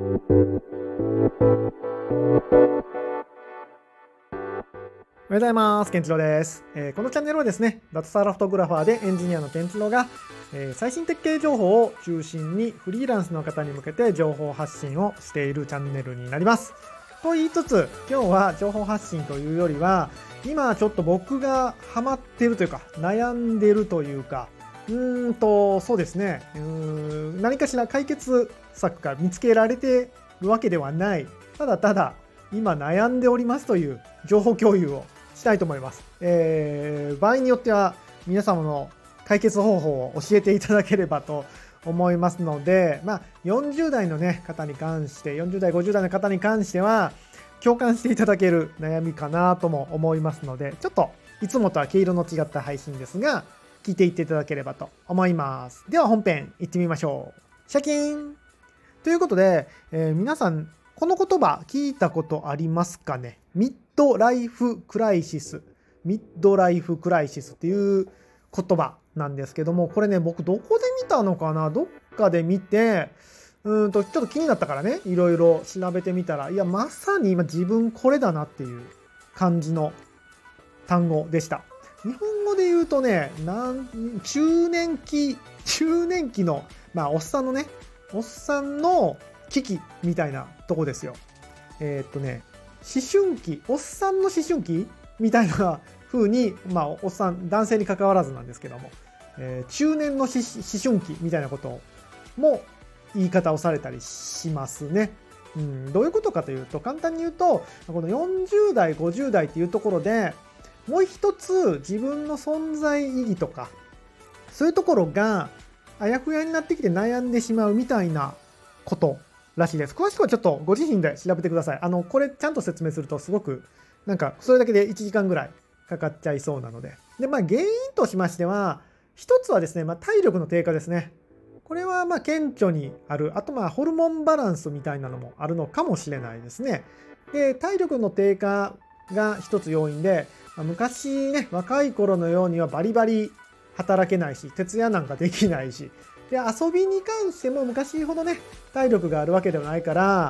おはようございます。ケンチロウです。このチャンネルはですね、脱サラフォトグラファーでエンジニアのケンチロウが、最新設計情報を中心にフリーランスの方に向けて情報発信をしているチャンネルになります。と言いつつ、今日は情報発信というよりは、今ちょっと僕がハマっているというか、悩んでいるというか、そうですね、何かしら解決策が見つけられているわけではない。ただただ今悩んでおりますという情報共有をしたいと思います。場合によっては皆様の解決方法を教えていただければと思いますので、40代の、方に関して、40代、50代の方に関しては共感していただける悩みかなとも思いますので、ちょっといつもとは毛色の違った配信ですが、聞いていっていただければと思います。では本編行ってみましょう。シャキーンということで、皆さんこの言葉聞いたことありますかね。ミッドライフクライシス。ミッドライフクライシスっていう言葉なんですけども、これね、僕どこで見たのかな、どっかで見て、ちょっと気になったからね、いろいろ調べてみたら、いや、まさに今自分これだなっていう感じの単語でした。日本語で言うとね、中年期の、おっさんの危機みたいなとこですよ。思春期、おっさんの思春期みたいな風に、おっさん、男性に関わらずなんですけども、中年の思春期みたいなことも言い方をされたりしますね。どういうことかというと、簡単に言うと、この40代、50代っていうところで、もう一つ自分の存在意義とか、そういうところがあやふやになってきて悩んでしまうみたいなことらしいです。詳しくはちょっとご自身で調べてください。これちゃんと説明するとすごくそれだけで1時間ぐらいかかっちゃいそうなので。で、原因としましては、一つはですね、体力の低下ですね。これは顕著にある。あとホルモンバランスみたいなのもあるのかもしれないですね。で、体力の低下が一つ要因で、昔ね、若い頃のようにはバリバリ働けないし、徹夜なんかできないし、で、遊びに関しても昔ほどね、体力があるわけではないから、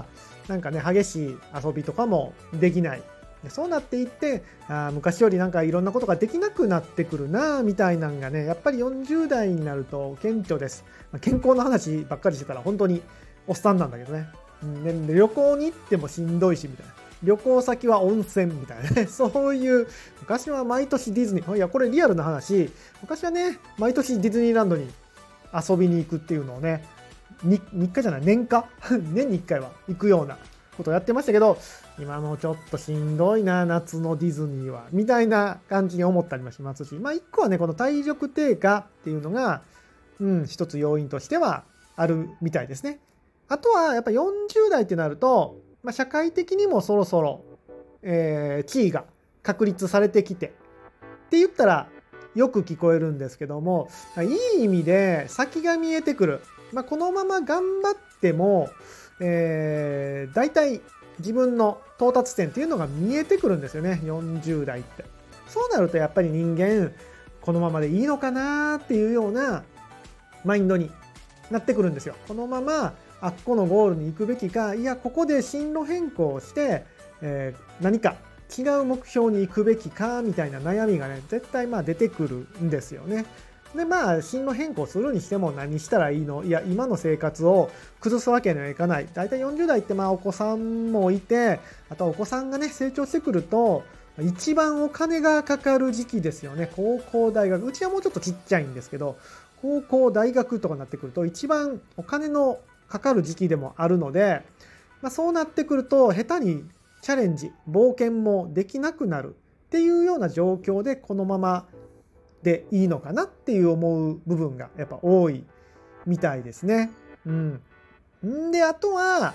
激しい遊びとかもできない。そうなっていって、昔よりいろんなことができなくなってくるなみたいなのがね、やっぱり40代になると顕著です。健康の話ばっかりしてたら本当におっさんなんだけどね。で旅行に行ってもしんどいしみたいな。旅行先は温泉みたいなね。そういう、昔は毎年ディズニー、いや、これリアルな話、昔はね、毎年ディズニーランドに遊びに行くっていうのをね、日課じゃない、年年に1回は行くようなことをやってましたけど、今もちょっとしんどいな、夏のディズニーは、みたいな感じに思ったりもしますし、一個はね、この体力低下っていうのが、一つ要因としてはあるみたいですね。あとはやっぱ40代ってなると、社会的にもそろそろ、地位が確立されてきてって言ったらよく聞こえるんですけども、いい意味で先が見えてくる。このまま頑張っても、大体自分の到達点っていうのが見えてくるんですよね、40代って。そうなるとやっぱり人間このままでいいのかなっていうようなマインドになってくるんですよ。このままあっこのゴールに行くべきか、いやここで進路変更をして、何か違う目標に行くべきかみたいな悩みがね、絶対出てくるんですよね。で進路変更するにしても何したらいいの、いや今の生活を崩すわけにはいかない。だいたい40代ってお子さんもいて、あとはお子さんがね成長してくると一番お金がかかる時期ですよね。高校大学、うちはもうちょっとちっちゃいんですけど、高校大学とかになってくると一番お金のかかる時期でもあるので、そうなってくると下手にチャレンジ冒険もできなくなるっていうような状況で、このままでいいのかなっていう思う部分がやっぱ多いみたいですね。であとは、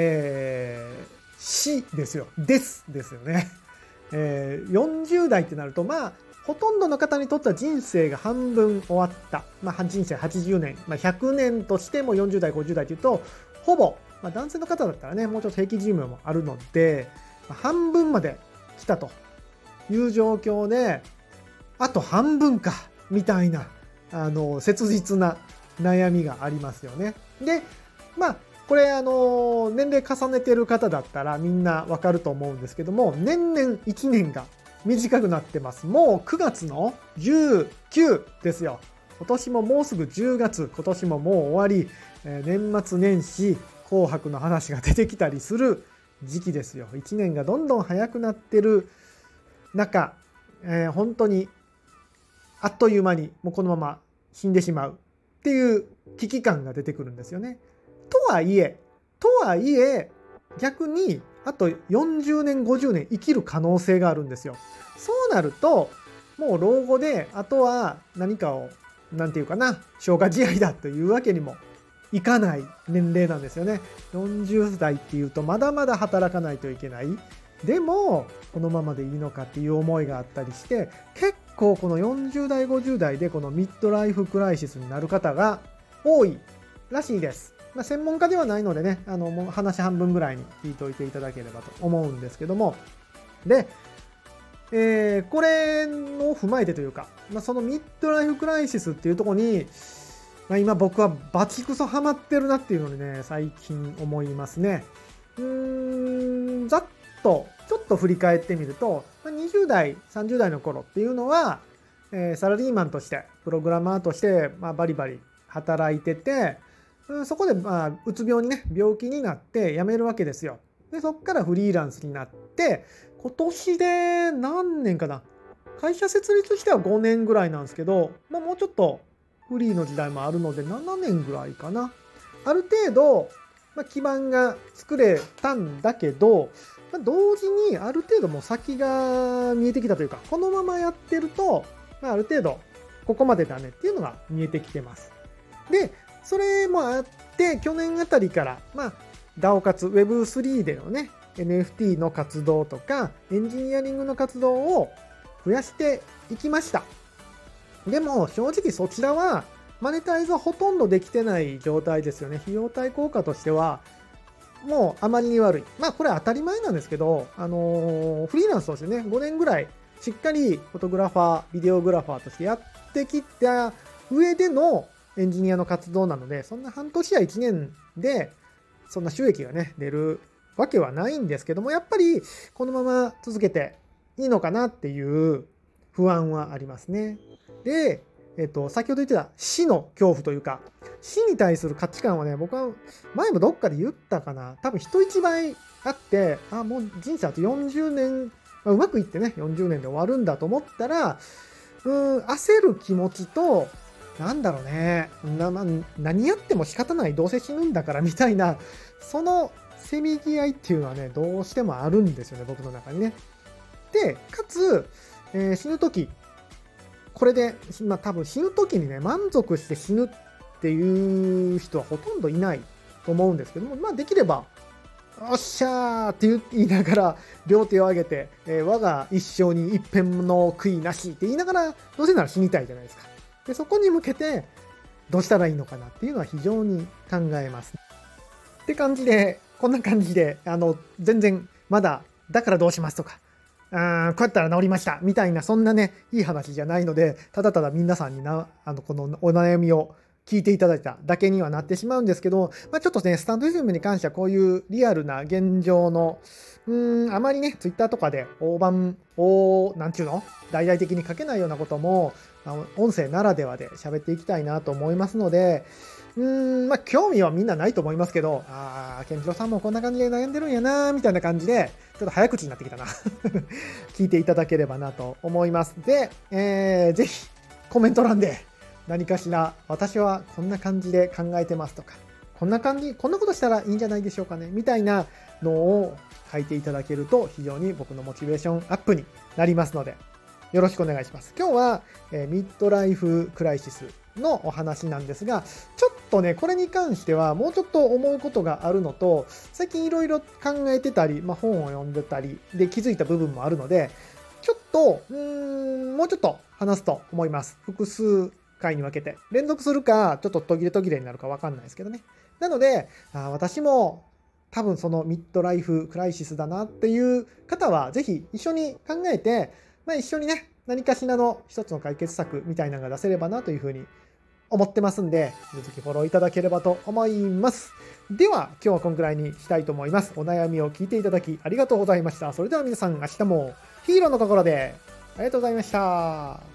死ですよ。ですよね。40代ってなるとほとんどの方にとっては人生が半分終わった。人生80年、100年としても40代、50代というと、ほぼ、男性の方だったらね、もうちょっと平均寿命もあるので、半分まで来たという状況で、あと半分か、みたいな、切実な悩みがありますよね。で、 これ年齢重ねてる方だったらみんなわかると思うんですけども、年々1年が短くなってます。もう9月の19ですよ。今年ももうすぐ10月、今年ももう終わり、年末年始紅白の話が出てきたりする時期ですよ。1年がどんどん早くなってる中、本当にあっという間にもうこのまま死んでしまうっていう危機感が出てくるんですよね。とはいえ逆にあと40年50年生きる可能性があるんですよ。そうなるともう老後であとは何かをなんていうかな消化試合だというわけにもいかない年齢なんですよね。40代っていうとまだまだ働かないといけない。でもこのままでいいのかっていう思いがあったりして、結構この40代50代でこのミッドライフクライシスになる方が多いらしいです。専門家ではないのでね、もう話半分ぐらいに聞いておいていただければと思うんですけども、で、これを踏まえてというか、そのミッドライフクライシスっていうところに、今僕はバチクソハマってるなっていうのにね、最近思いますね。ざっとちょっと振り返ってみると、20代30代の頃っていうのは、サラリーマンとしてプログラマーとして、バリバリ働いてて、そこでうつ病にね病気になって辞めるわけですよ。でそこからフリーランスになって、今年で何年かな、会社設立しては5年ぐらいなんですけど、もうちょっとフリーの時代もあるので7年ぐらいかな。ある程度、基盤が作れたんだけど、同時にある程度もう先が見えてきたというか、このままやってると、ある程度ここまでだねっていうのが見えてきてます。でそれもあって去年あたりからDAO 活 Web3 でのね NFT の活動とかエンジニアリングの活動を増やしていきました。でも正直そちらはマネタイズはほとんどできてない状態ですよね。費用対効果としてはもうあまりに悪い。これは当たり前なんですけど、フリーランスとしてね5年ぐらいしっかりフォトグラファービデオグラファーとしてやってきた上でのエンジニアの活動なので、そんな半年や1年でそんな収益がね出るわけはないんですけども、やっぱりこのまま続けていいのかなっていう不安はありますね。で、先ほど言ってた死の恐怖というか、死に対する価値観はね、僕は前もどっかで言ったかな、多分人一倍あって、もう人生あと40年、うまくいってね40年で終わるんだと思ったら、焦る気持ちと、なんだろうね、何やっても仕方ない、どうせ死ぬんだからみたいな、そのせめぎ合いっていうのはねどうしてもあるんですよね、僕の中にね。でかつ、死ぬ時これで、多分死ぬ時にね満足して死ぬっていう人はほとんどいないと思うんですけども、できればおっしゃーって言いながら両手を上げて、我が一生に一片の悔いなしって言いながら、どうせなら死にたいじゃないですか。でそこに向けてどうしたらいいのかなっていうのは非常に考えます。って感じで、こんな感じで全然まだだからどうしますとか、こうやったら治りましたみたいな、そんなねいい話じゃないので、ただただ皆さんにこのお悩みを聞いていただいただけにはなってしまうんですけど、ちょっとねスタンド FM に関してはこういうリアルな現状のあまりね Twitter とかでなんちゅうの大々的に書けないようなことも音声ならではで喋っていきたいなと思いますので、興味はみんなないと思いますけど、健次郎さんもこんな感じで悩んでるんやなみたいな感じで、ちょっと早口になってきたな聞いていただければなと思います。で、ぜひコメント欄で何かしら、私はこんな感じで考えてますとか、こんなことしたらいいんじゃないでしょうかねみたいなのを書いていただけると非常に僕のモチベーションアップになりますので、よろしくお願いします。今日は、ミッドライフクライシスのお話なんですが、ちょっとねこれに関してはもうちょっと思うことがあるのと、最近いろいろ考えてたり、本を読んでたりで気づいた部分もあるので、ちょっともうちょっと話すと思います。複数回に分けて連続するかちょっと途切れになるか分かんないですけどね。なので私も多分そのミッドライフクライシスだなっていう方はぜひ一緒に考えて、一緒にね何かしらの一つの解決策みたいなのが出せればなというふうに思ってますんで、ぜひフォローいただければと思います。では、今日はこんくらいにしたいと思います。お悩みを聞いていただきありがとうございました。それでは皆さん、明日もヒーローの心でありがとうございました。